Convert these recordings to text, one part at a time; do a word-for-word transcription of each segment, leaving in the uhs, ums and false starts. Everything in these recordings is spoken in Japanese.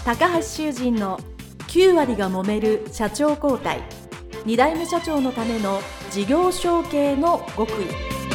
高橋修人のきゅう割が揉める社長交代、に代目社長のための事業承継の極意。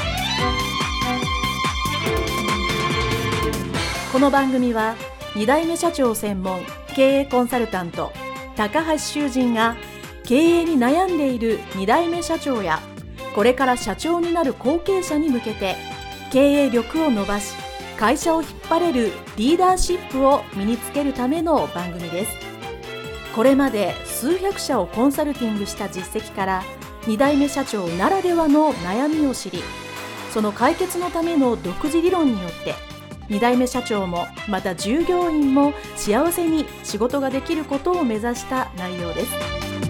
この番組はに代目社長専門経営コンサルタント高橋修人が経営に悩んでいるに代目社長やこれから社長になる後継者に向けて経営力を伸ばし会社を引っ張れるリーダーシップを身につけるための番組です。これまで数百社をコンサルティングした実績からに代目社長ならではの悩みを知り、その解決のための独自理論によってに代目社長もまた従業員も幸せに仕事ができることを目指した内容です。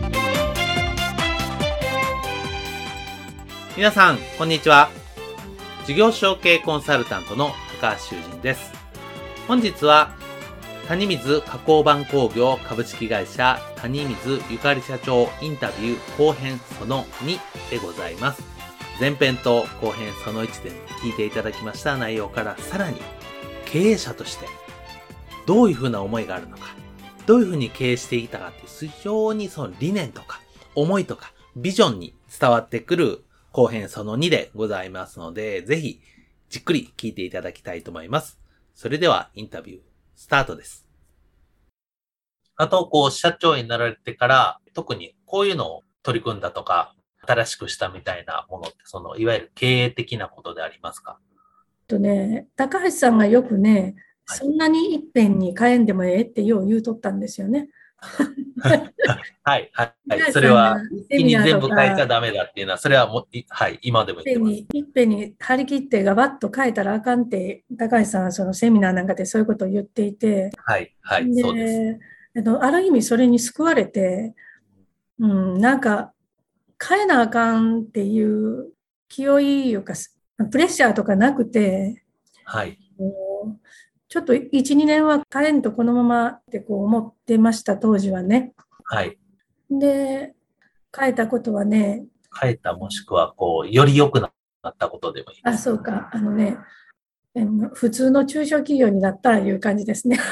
皆さんこんにちは。事業承継コンサルタントの高橋修人です。本日は谷水加工板工業株式会社谷水ゆかり社長インタビュー後編そのにでございます。前編と後編そのいちで聞いていただきました内容からさらに経営者としてどういうふうな思いがあるのか、どういうふうに経営していたかって非常にその理念とか思いとかビジョンに伝わってくる後編そのにでございますので、ぜひじっくり聞いていただきたいと思います。それではインタビュースタートです。あと、こう社長になられてから特にこういうのを取り組んだとか新しくしたみたいなものって、そのいわゆる経営的なことでありますか？ とね、高橋さんがよくね、はい、そんなにいっぺんに変えんでもええってよう言うとったんですよね。 はいはいはい。それは一気に全部変えちゃダメだっていうのは、それはもはい、今でも言ってます。 いっぺんに張り切ってガバッと変えたらあかんって、高橋さんはそのセミナーなんかでそういうことを言っていて、 はいはい、そうです。 えっと、ある意味それに救われて、うん、なんか変えなあかんっていう気負いいうか、プレッシャーとかなくて、 はい。 ちょっといち、にねんは変えんとこのままってこう思ってました、当時はね。 はい。 で、変えたことはね。 変えたもしくは、こう、より良くなったことでもいいです。 あ、そうか。あのね、普通の中小企業になったいう感じですね。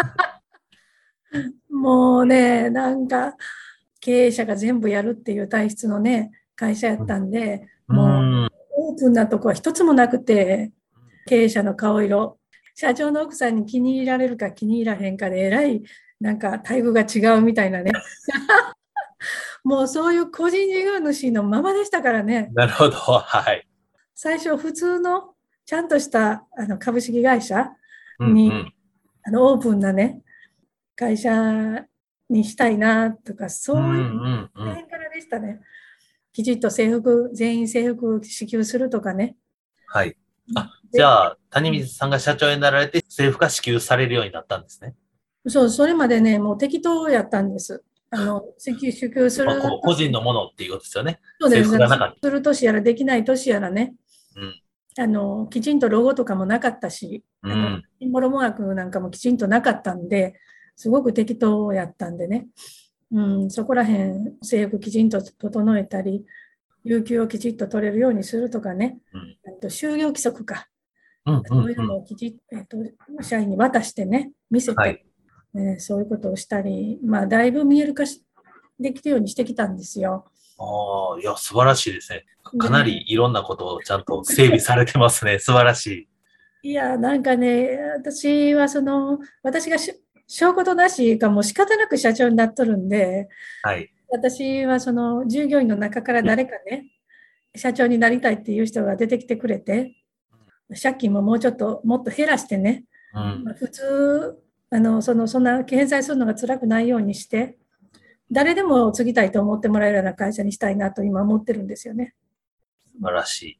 もうね、なんか、経営者が全部やるっていう体質のね、会社やったんで、うん、もう、オープンなとこは一つもなくて、経営者の顔色、社長の奥さんに気に入られるか気に入らへんかでえらいなんか待遇が違うみたいなねもうそういう個人事業主のままでしたからね。 なるほど、はい。 最初普通のちゃんとしたあの株式会社に、うんうん、あのオープンなね会社にしたいなとか、そういう点からでしたね、うんうんうん、きちっと制服全員制服支給するとかね。 はい。あ、じゃあ、谷水さんが社長になられて、政府が支給されるようになったんですね。 そう、それまでね、もう適当やったんです。あの、支給、支給する。 まあ、個人のものっていうことですよね。 そうです。政府がなかった。する年やらできない年やらね。 うん。あの、きちんとロゴとかもなかったし、うん、あの、シンボルマークなんかもきちんとなかったんで、すごく適当やったんでね。うん、そこら辺、制服きちんと整えたり、有給をきちっと取れるようにするとかね。うん、と就業規則か。 うんうんうん、 そういうのをきちっと、えっと、社員に渡してね、見せて、はいね、そういうことをしたり、まあ、だいぶ見える化できるようにしてきたんですよ。 ああ、いや、素晴らしいですね。かなりいろんなことをちゃんと整備されてますね。素晴らしい。いや、なんかね、私はその、私がし証拠となしがもう仕方なく社長になっとるんで、 はい、 私はその従業員の中から誰かね、社長になりたいっていう人が出てきてくれて、借金ももうちょっともっと減らしてね、うん、普通あのそのそんな返済するのが辛くないようにして誰でも継ぎたいと思ってもらえるような会社にしたいなと今思ってるんですよね。 素晴らしい。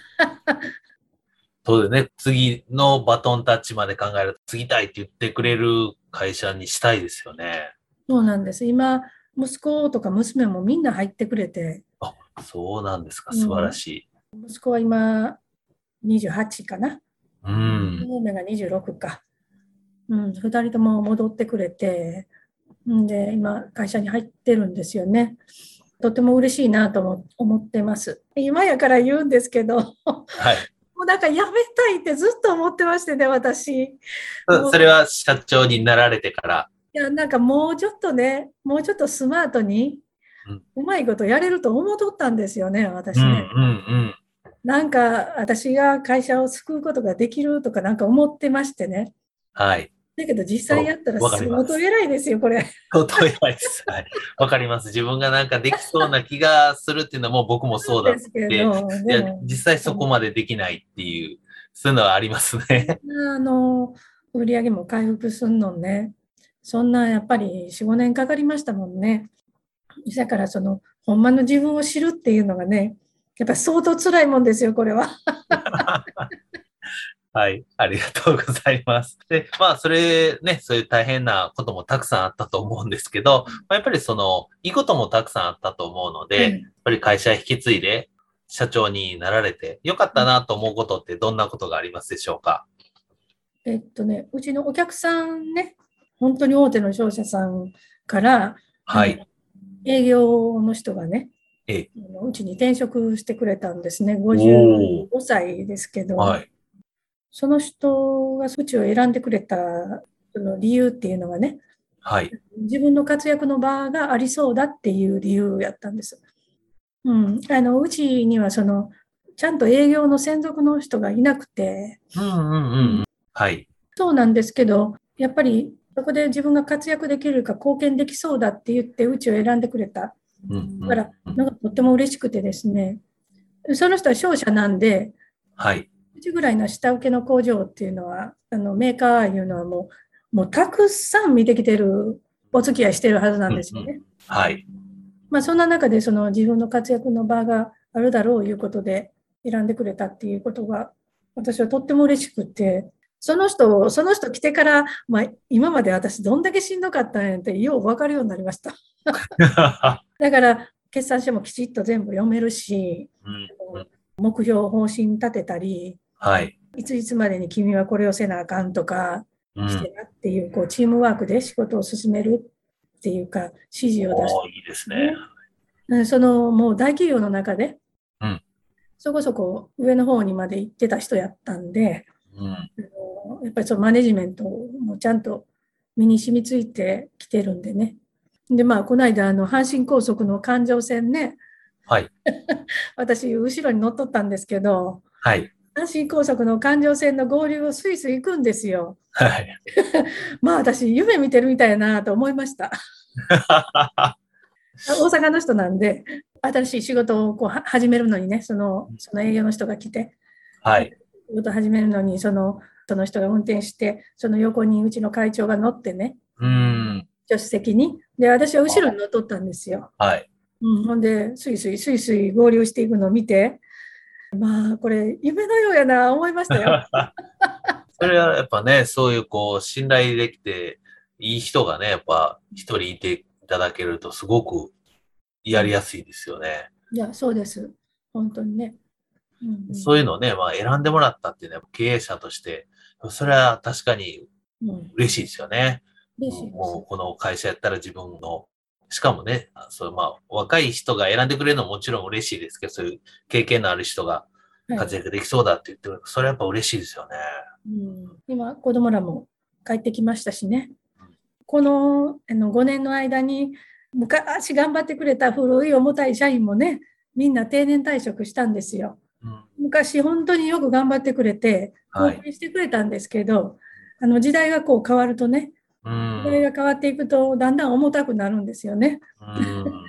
そうですね。次のバトンタッチまで考えると継ぎたいって言ってくれる会社にしたいですよね。 そうなんです。今息子とか娘もみんな入ってくれて。 あ、そうなんですか。素晴らしい。 うん、息子は今にじゅうはちかな。 うん。 娘がにじゅうろくか。うん、ふたりとも戻ってくれて、んで今会社に入ってるんですよね。とても嬉しいなと思ってます。今やから言うんですけど、はい、もうなんか辞めたいってずっと思ってましてね、私。 それは社長になられてから。 いや、なんかもうちょっとね、もうちょっとスマートに、うまいことやれると思っとったんですよね、私ね。 うんうんうん。 なんか私が会社を救うことができるとかなんか思ってましてね。 はい。 だけど実際そやったらう、わかりま相当す。 偉いですよ、これ。 相当偉いです。はい。わかります。自分がなんかできそうな気がするっていうのも僕もそうだっですけて、 ど、 いや、 でも、 実際そこまでできないっていう、そういうのはありますね。 あの、売り上げも回復すんのね。そんなやっぱりよん、ごねんかかりましたもんね。だからその、ほんまの自分を知るっていうのがね、やっぱり相当辛いもんですよ、これは。 はい。ありがとうございます。で、まあ、それね、そういう大変なこともたくさんあったと思うんですけど、まあ、やっぱりその、いいこともたくさんあったと思うので、やっはい。 ぱり会社引き継いで社長になられてよかったなと思うことってどんなことがありますでしょうか？ えっとね、うちのお客さんね、本当に大手の商社さんから、あの、 はい。 営業の人がね、 ええ。 あのうちに転職してくれたんですね。 おー。 ごじゅうごさいですけど、 はい。 その人がうちを選んでくれたその理由っていうのがね、 はい。 自分の活躍の場がありそうだっていう理由やったんです。うん、あのうちにはそのちゃんと営業の専属の人がいなくて、 うんうんうんうん、 うん。はい。 そうなんですけど、やっぱりそこで自分が活躍できるか貢献できそうだって言ってうちを選んでくれたうんうんからうん。 なんかとっても嬉しくてですね、その人は商社なんで、 はい。 うちぐらいの下請けの工場っていうのは、あのメーカーいうのはもう、もうたくさん見てきてる、お付き合いしてるはずなんうんうん。 ですよね。 はい。 まあ、そんな中でその自分の活躍の場があるだろういうことで選んでくれたっていうことが、私はとっても嬉しくて、その人、その人来てから、まあ、今まで私どんだけしんどかったんやってよう分かるようになりました。だから、決算書もきちっと全部読めるし、 うんうん。 目標、方針立てたり、 はい。 いついつまでに君はこれをせなあかんとかうん。 してなっていう、こうチームワークで仕事を進めるっていうか、指示を出しおー、 ていいですね。 ね。うん、そのもう大企業の中で、 うん。 そこそこ上の方にまで行ってた人やったんで、 うん。 あのやっぱりそのマネジメントもちゃんと身に染みついてきてるんでね。で、まあ、この間、あの阪神高速の環状線ね、 はい。 私、後ろに乗っとったんですけど、 はい。 阪神高速の環状線の合流をスイスイ行くんですよ。 はい。 まあ私、夢見てるみたいやなと思いました。大阪の人なんで、新しい仕事をこうは始めるのにね、そのその営業の人が来て、 はい。 仕事始めるのにその、その人が運転して、その横にうちの会長が乗ってね、 うーん。 助手席に。で、私は後ろあ、 に乗っとったんですよ。 はい。 うん、ほんで、スイスイ、スイスイ合流していくのを見て、まあ、これ、夢のようやな、思いましたよ。 それはやっぱね、そういうこう、信頼できて、いい人がね、やっぱ一人いていただけるとすごくやりやすいですよね。 いや、そうです。本当にね。うんうん、 そういうのをね、まあ選んでもらったっていうのは経営者として、それは確かにうん、 嬉しいですよね。 嬉しいです。 もうこの会社やったら自分の、しかもね、そうまあ若い人が選んでくれるのももちろん嬉しいですけど、そういう経験のある人がはい。 活躍できそうだって言ってる、それはやっぱ嬉しいですよね。 うん、今、子供らも帰ってきましたしね。この、あのごねんの間に、昔頑張ってくれた古い重たい社員もね、みんな定年退職したんですよ。 うん、 昔、本当によく頑張ってくれて、 はい。 貢献してくれたんですけど、あの時代がこう変わるとね、 う時代ん。 が変わっていくと、だんだん重たくなるんですよね。 うん。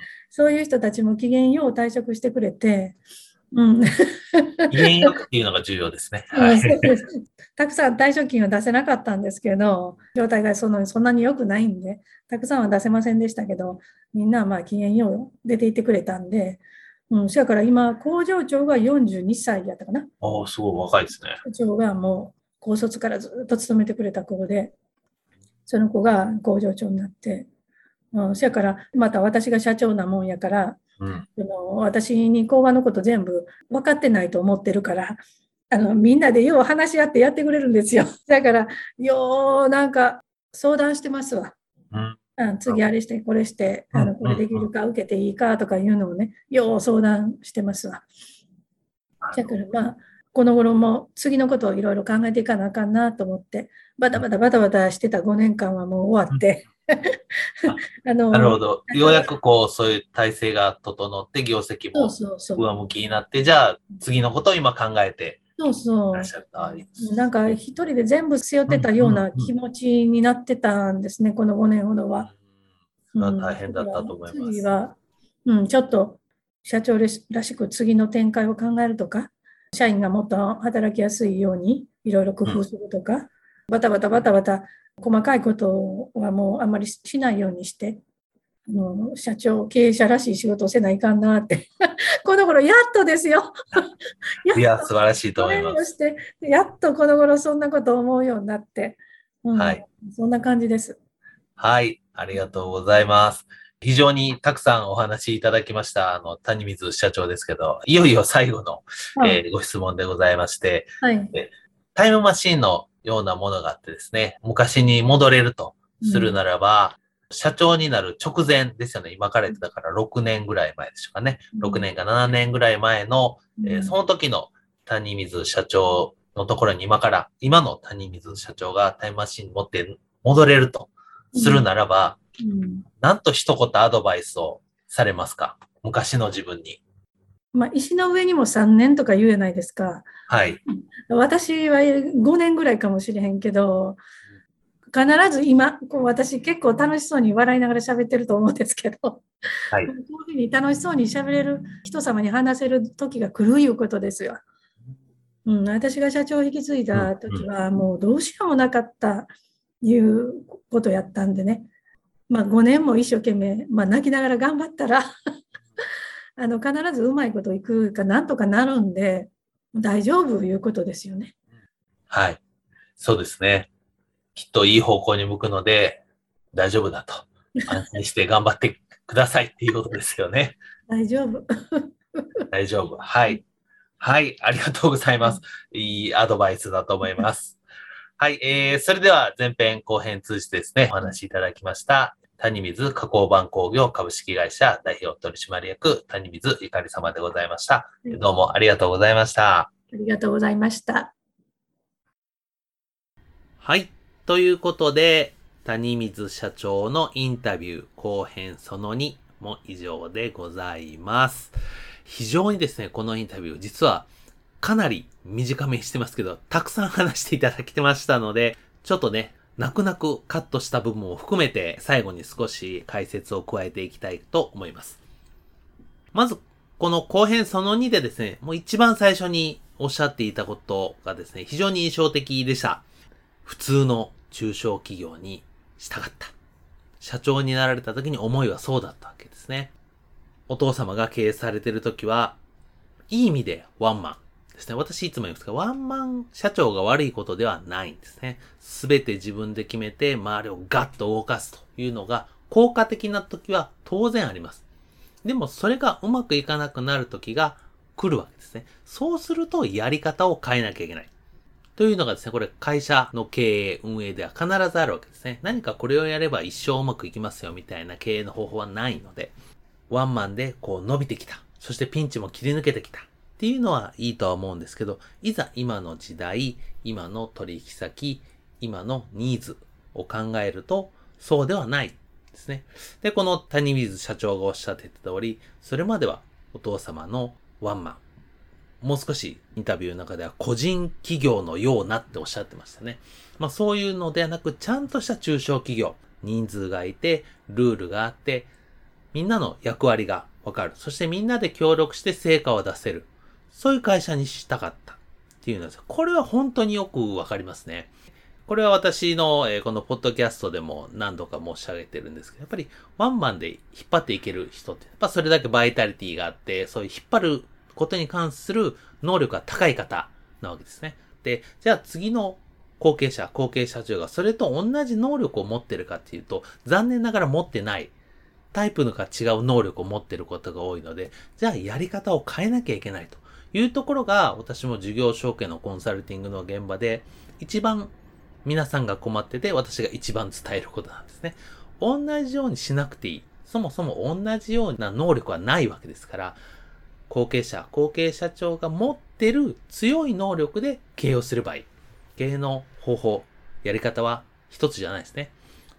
そういう人たちも機嫌よう退職してくれて、うん。 機嫌よくっていうのが重要ですね。はうん、そうい。 です。たくさん退職金は出せなかったんですけど、状態がそのそんなに良くないんで、たくさんは出せませんでしたけど、みんなまあ機嫌よう出ていってくれたんで、うん、そやから今、工場長がよんじゅうにさいやったかな。 おー、すごい若いですね。 工長がもう高卒からずっと勤めてくれた子で、その子が工場長になって、うん、そやからまた私が社長なもんやから、 うん。 その私に工場のこと全部分かってないと思ってるから、あのみんなでよう話し合ってやってくれるんですよ。だから、ようなんか相談してますわ。 うん。 あ次あれして、これして、 うん。 あのこれできうん。 るか、受けていいかとかいうのをね、よう相談してますわ。だからまあ、この頃も次のことをいろいろ考えていかなあかんなと思って、バタバタバタバタしてたごねんかんはもう終わって、 あの、 なるほど。ようやくこう、そういう体制が整って、業績そうもそうそう。 上向きになって、じゃあ次のことを今考えてそうそいらっしゃる。あ、いいですう。なんか一人で全部背負ってたような気持ちになってたんですね、このごねんほどは。 それはうん、 大変だったと思います。 次は、うん、ちょっと社長らしく次の展開を考えるとか、社員がもっと働きやすいようにいろいろ工夫するとか、バタバタバタバタ細かいことはもうあんまりしないようにして、あの社長、経営者らしい仕事をせないかんなって、この頃やっとですよ。やっいや、 と素晴らしいとそれ思います。 をして、やっとこの頃そんなことを思うようになって、うん、 はい。 そんな感じです。 はい。ありがとうございます。非常にたくさんお話いただきました、あの、谷水社長ですけど、いよいよ最後の、えーご質問でございまして、 はい。 えタイムマシーンのようなものがあってですね、昔に戻れるとするならば、うん、社長になる直前ですよね。今から言ってだからろくねんぐらい前でしょうかね。ろくねんかななねんぐらい前の、うん、えー、その時の谷水社長のところに今から、今の谷水社長がタイムマシーンに持って戻れるとするならば、うんうん、なんと一言アドバイスをされますか？昔の自分に。 まあ、石の上にもさんねんとか言えないですか。 はい。 私はごねんぐらいかもしれへんけど、必ず今、こう私結構楽しそうに笑いながら喋ってると思うんですけど、はい、こういうふうに楽しそうに喋れる人様に話せる時が来るいうことですよ。うん、私が社長を引き継いだ時はもうどうしようもなかったいうことやったんでね。まあごねんも一生懸命、まあ泣きながら頑張ったらあの必ずうまいこといくかなんとかなるんで大丈夫いうことですよね。 はい。そうですね。きっといい方向に向くので大丈夫だと。安心して頑張ってくださいっていうことですよね。 大丈夫。 大丈夫。はい。はい。ありがとうございます。いいアドバイスだと思います。はい。えー、それでは前編後編通じてですね、お話しいただきました。谷水加工板工業株式会社代表取締役谷水ゆかり様でございました。どうもありがとうございました。 ありがとうございました。 はい。ということで、谷水社長のインタビュー後編そのにも以上でございます。非常にですね、このインタビュー実はかなり短めにしてますけど、たくさん話していただきましたので、ちょっとね、泣く泣くカットした部分を含めて最後に少し解説を加えていきたいと思います。まず、この後編そのにでですね、もう一番最初におっしゃっていたことがですね、非常に印象的でした。普通の中小企業に従った。社長になられた時に思いはそうだったわけですね。お父様が経営されている時は、いい意味でワンマンですね。私いつも言うんですが、ワンマン社長が悪いことではないんですね。すべて自分で決めて周りをガッと動かすというのが効果的な時は当然あります。でもそれがうまくいかなくなる時が来るわけですね。そうするとやり方を変えなきゃいけない。というのがですね、これ会社の経営、運営では必ずあるわけですね。何かこれをやれば一生うまくいきますよみたいな経営の方法はないので、ワンマンでこう伸びてきた。そしてピンチも切り抜けてきた。っていうのはいいとは思うんですけど、いざ今の時代、今の取引先、今のニーズを考えると、そうではないですね。で、この谷水社長がおっしゃっていた通り、それまではお父様のワンマン、もう少しインタビューの中では個人企業のようなっておっしゃってましたね。まあそういうのではなく、ちゃんとした中小企業、人数がいて、ルールがあって、みんなの役割がわかる。そしてみんなで協力して成果を出せる。そういう会社にしたかったっていうのです。これは本当によくわかりますね。これは私の、えー、このポッドキャストでも何度か申し上げてるんですけど、やっぱりワンマンで引っ張っていける人って、やっぱそれだけバイタリティがあって、そういう引っ張ることに関する能力が高い方なわけですね。で、じゃあ次の後継者、後継社長がそれと同じ能力を持ってるかっていうと、残念ながら持ってない。タイプのが違う能力を持っていることが多いので、じゃあやり方を変えなきゃいけないというところが、私も事業承継のコンサルティングの現場で一番皆さんが困ってて、私が一番伝えることなんですね。同じようにしなくていい。そもそも同じような能力はないわけですから、後継者、後継社長が持ってる強い能力で経営をすればいい。経営の方法、やり方は一つじゃないですね。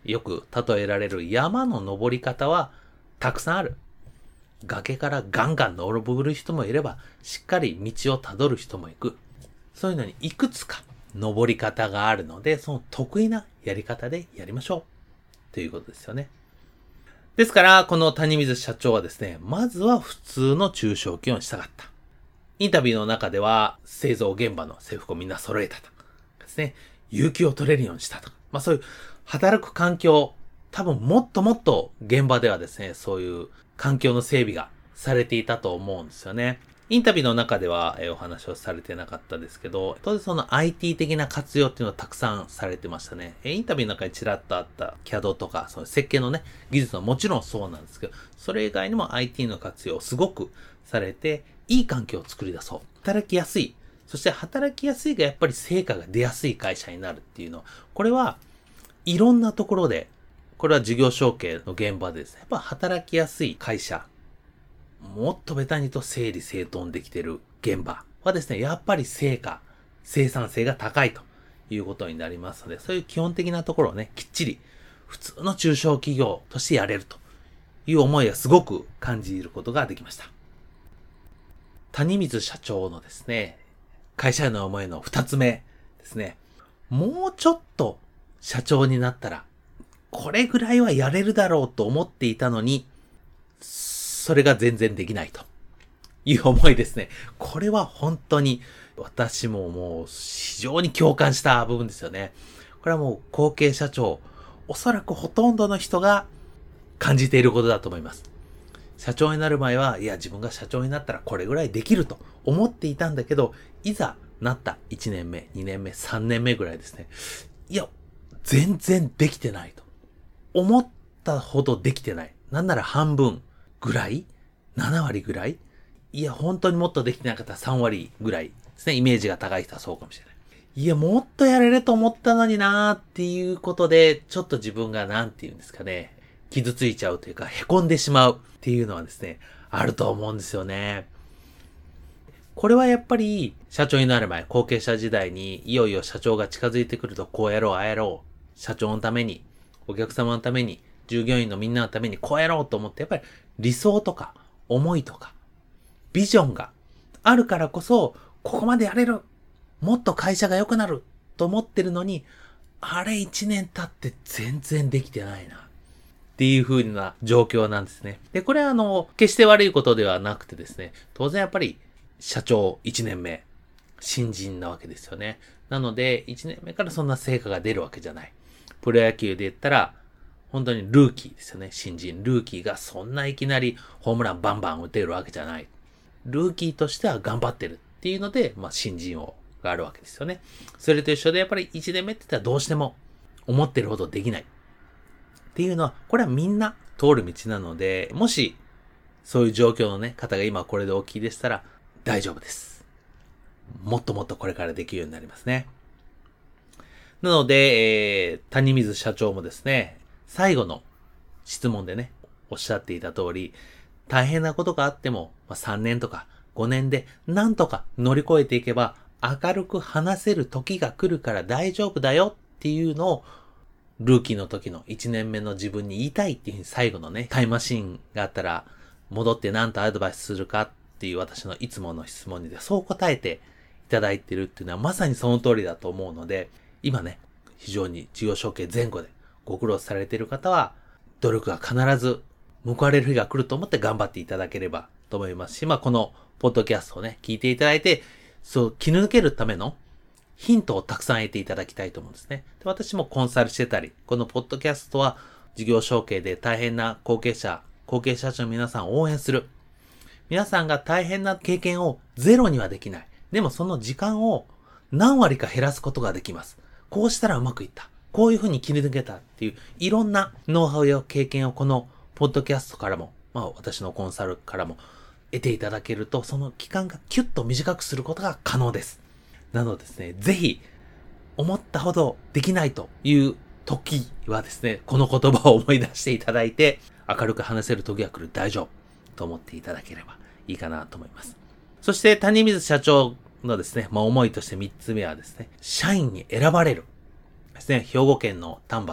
よく例えられる山の登り方はたくさんある。崖からガンガン登る人もいれば、しっかり道をたどる人もいく。そういうのにいくつか登り方があるので、その得意なやり方でやりましょう。ということですよね。ですから、この谷水社長はですね、まずは普通の中小企業にしたかった。インタビューの中では、製造現場の制服をみんな揃えたとかですね、有給を取れるようにしたとか、まあそういう働く環境、多分もっともっと現場ではですね、そういう環境の整備がされていたと思うんですよね。インタビューの中では、えー、お話をされてなかったですけど、当然その アイティー 的な活用っていうのはたくさんされてましたね。えー、インタビューの中にちらっとあった キャド とか、その設計のね、技術はもちろんそうなんですけど、それ以外にも アイティー の活用をすごくされて、いい環境を作り出そう。働きやすい。そして働きやすいがやっぱり成果が出やすい会社になるっていうのは、これはいろんなところで、これは事業承継の現場でですね、やっぱ働きやすい会社、もっとベタに言うと整理整頓できてる現場はですね、やっぱり成果、生産性が高いということになりますので、そういう基本的なところをね、きっちり普通の中小企業としてやれるという思いがすごく感じることができました。谷水社長のですね、会社への思いの二つ目ですね、もうちょっと社長になったら、これぐらいはやれるだろうと思っていたのに、それが全然できないという思いですね。これは本当に私ももう非常に共感した部分ですよね。これはもう後継社長、おそらくほとんどの人が感じていることだと思います。社長になる前は、いや自分が社長になったらこれぐらいできると思っていたんだけど、いざなったいちねんめ、にねんめ、さんねんめぐらいですね。いや、全然できてないと。思ったほどできてない。なんなら半分ぐらい ?なな 割ぐらいいや、本当にもっとできてなかったらさん割ぐらいですね。イメージが高い人はそうかもしれない。いや、もっとやれると思ったのになーっていうことで、ちょっと自分がなんて言うんですかね、傷ついちゃうというか、凹んでしまうっていうのはですね、あると思うんですよね。これはやっぱり、社長になる前、後継者時代に、いよいよ社長が近づいてくると、こうやろう、ああやろう、社長のために、お客様のために、従業員のみんなのためにこうやろうと思って、やっぱり理想とか思いとかビジョンがあるからこそ、ここまでやれる、もっと会社が良くなると思ってるのに、あれ一年経って全然できてないなっていう風な状況なんですね。で、これはあの、決して悪いことではなくてですね、当然やっぱり社長いちねんめ、新人なわけですよね。なので、いちねんめからそんな成果が出るわけじゃない。プロ野球で言ったら、本当にルーキーですよね。新人、ルーキーがそんないきなりホームランバンバン打てるわけじゃない。ルーキーとしては頑張ってるっていうので、まあ新人王があるわけですよね。それと一緒でやっぱりいちねんめって言ったらどうしても思ってるほどできない。っていうのは、これはみんな通る道なので、もしそういう状況のね、方が今これでお聞きでしたら大丈夫です。もっともっとこれからできるようになりますね。なので、えー、谷水社長もですね、最後の質問でね、おっしゃっていた通り、大変なことがあっても、まあ、さんねんとかごねんでなんとか乗り越えていけば明るく話せる時が来るから大丈夫だよっていうのを、ルーキーの時のいちねんめの自分に言いたいっていうふうに最後のね、タイムマシーンがあったら戻って何とアドバイスするかっていう私のいつもの質問にでそう答えていただいてるっていうのはまさにその通りだと思うので、今ね、非常に事業承継前後でご苦労されている方は、努力が必ず報われる日が来ると思って頑張っていただければと思いますし、まあこのポッドキャストをね、聞いていただいて、そう切り抜けるためのヒントをたくさん得ていただきたいと思うんですね。で、私もコンサルしてたり、このポッドキャストは事業承継で大変な後継者、後継社長の皆さんを応援する。皆さんが大変な経験をゼロにはできない。でもその時間を何割か減らすことができます。こうしたらうまくいった。こういうふうに切り抜けたっていう、いろんなノウハウや経験をこのポッドキャストからも、まあ私のコンサルからも得ていただけると、その期間がキュッと短くすることが可能です。なのでですね、ぜひ思ったほどできないという時はですね、この言葉を思い出していただいて、明るく話せる時が来る、大丈夫と思っていただければいいかなと思います。そして谷水社長のですね、まあ思いとしてみっつめはですね、社員に選ばれるですね、兵庫県の丹波と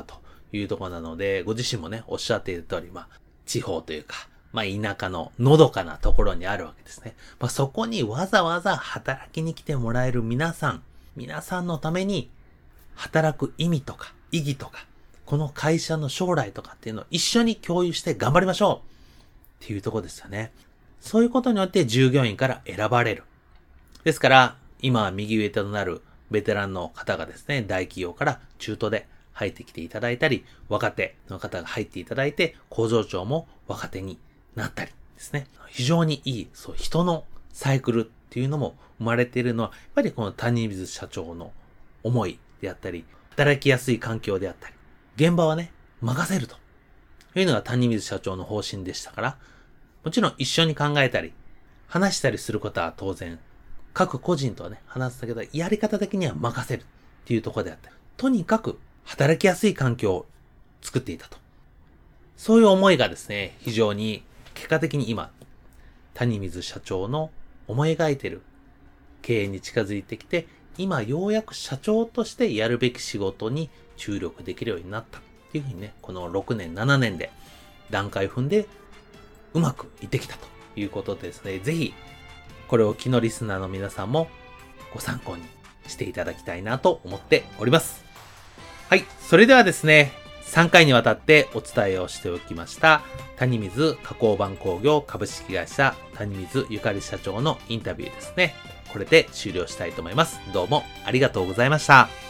いうところなので、ご自身もね、おっしゃっている通り、まあ、地方というか、まあ、田舎ののどかなところにあるわけですね。まあ、そこにわざわざ働きに来てもらえる皆さん、皆さんのために、働く意味とか、意義とか、この会社の将来とかっていうのを一緒に共有して頑張りましょうっていうところですよね。そういうことによって従業員から選ばれる。ですから、今は右上となるベテランの方がですね、大企業から中途で入ってきていただいたり、若手の方が入っていただいて、工場長も若手になったりですね。非常にいい、そう、人のサイクルっていうのも生まれているのは、やっぱりこの谷水社長の思いであったり、働きやすい環境であったり、現場はね、任せるというのが谷水社長の方針でしたから、もちろん一緒に考えたり、話したりすることは当然、各個人とはね、話すだけど、やり方的には任せるっていうところであったり、とにかく働きやすい環境を作っていたと。そういう思いがですね、非常に結果的に今、谷水社長の思い描いている経営に近づいてきて、今ようやく社長としてやるべき仕事に注力できるようになったっていうふうにね、このろくねん、ななねんで段階踏んでうまくいってきたということでですね、ぜひこれを機のリスナーの皆さんもご参考にしていただきたいなと思っております。はい、それではですね、さんかいにわたってお伝えをしておきました谷水加工板工業株式会社谷水ゆかり社長のインタビューですね。これで終了したいと思います。どうもありがとうございました。